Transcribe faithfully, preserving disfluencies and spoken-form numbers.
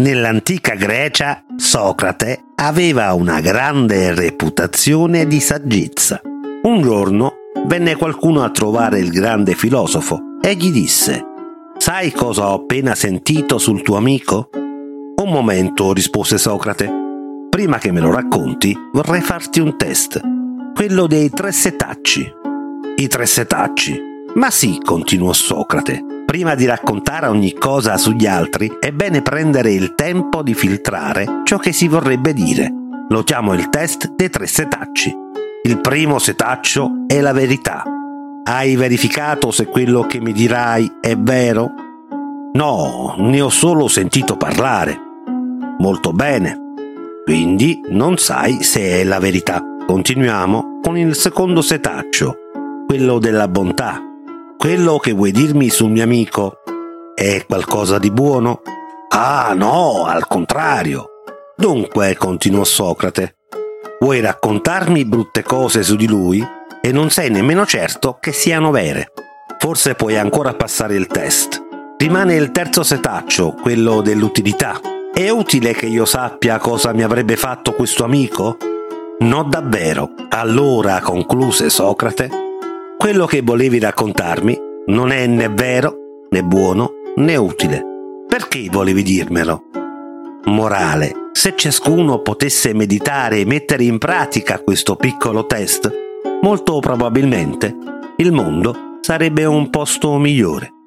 Nell'antica Grecia, Socrate aveva una grande reputazione di saggezza. Un giorno venne qualcuno a trovare il grande filosofo e gli disse: «Sai cosa ho appena sentito sul tuo amico?» «Un momento», rispose Socrate. «Prima che me lo racconti, vorrei farti un test. Quello dei tre setacci». «I tre setacci?» «Ma sì», continuò Socrate. «Prima di raccontare ogni cosa sugli altri, è bene prendere il tempo di filtrare ciò che si vorrebbe dire. Lo chiamo il test dei tre setacci. Il primo setaccio è la verità. Hai verificato se quello che mi dirai è vero?» «No, ne ho solo sentito parlare». «Molto bene. Quindi non sai se è la verità. Continuiamo con il secondo setaccio, quello della bontà. Quello che vuoi dirmi sul mio amico è qualcosa di buono?» «Ah, no, al contrario». «Dunque», continuò Socrate, «vuoi raccontarmi brutte cose su di lui e non sei nemmeno certo che siano vere. Forse puoi ancora passare il test. Rimane il terzo setaccio, quello dell'utilità. È utile che io sappia cosa mi avrebbe fatto questo amico?» «No, davvero». «Allora», concluse Socrate, «quello che volevi raccontarmi non è né vero, né buono, né utile. Perché volevi dirmelo?» Morale: se ciascuno potesse meditare e mettere in pratica questo piccolo test, molto probabilmente il mondo sarebbe un posto migliore.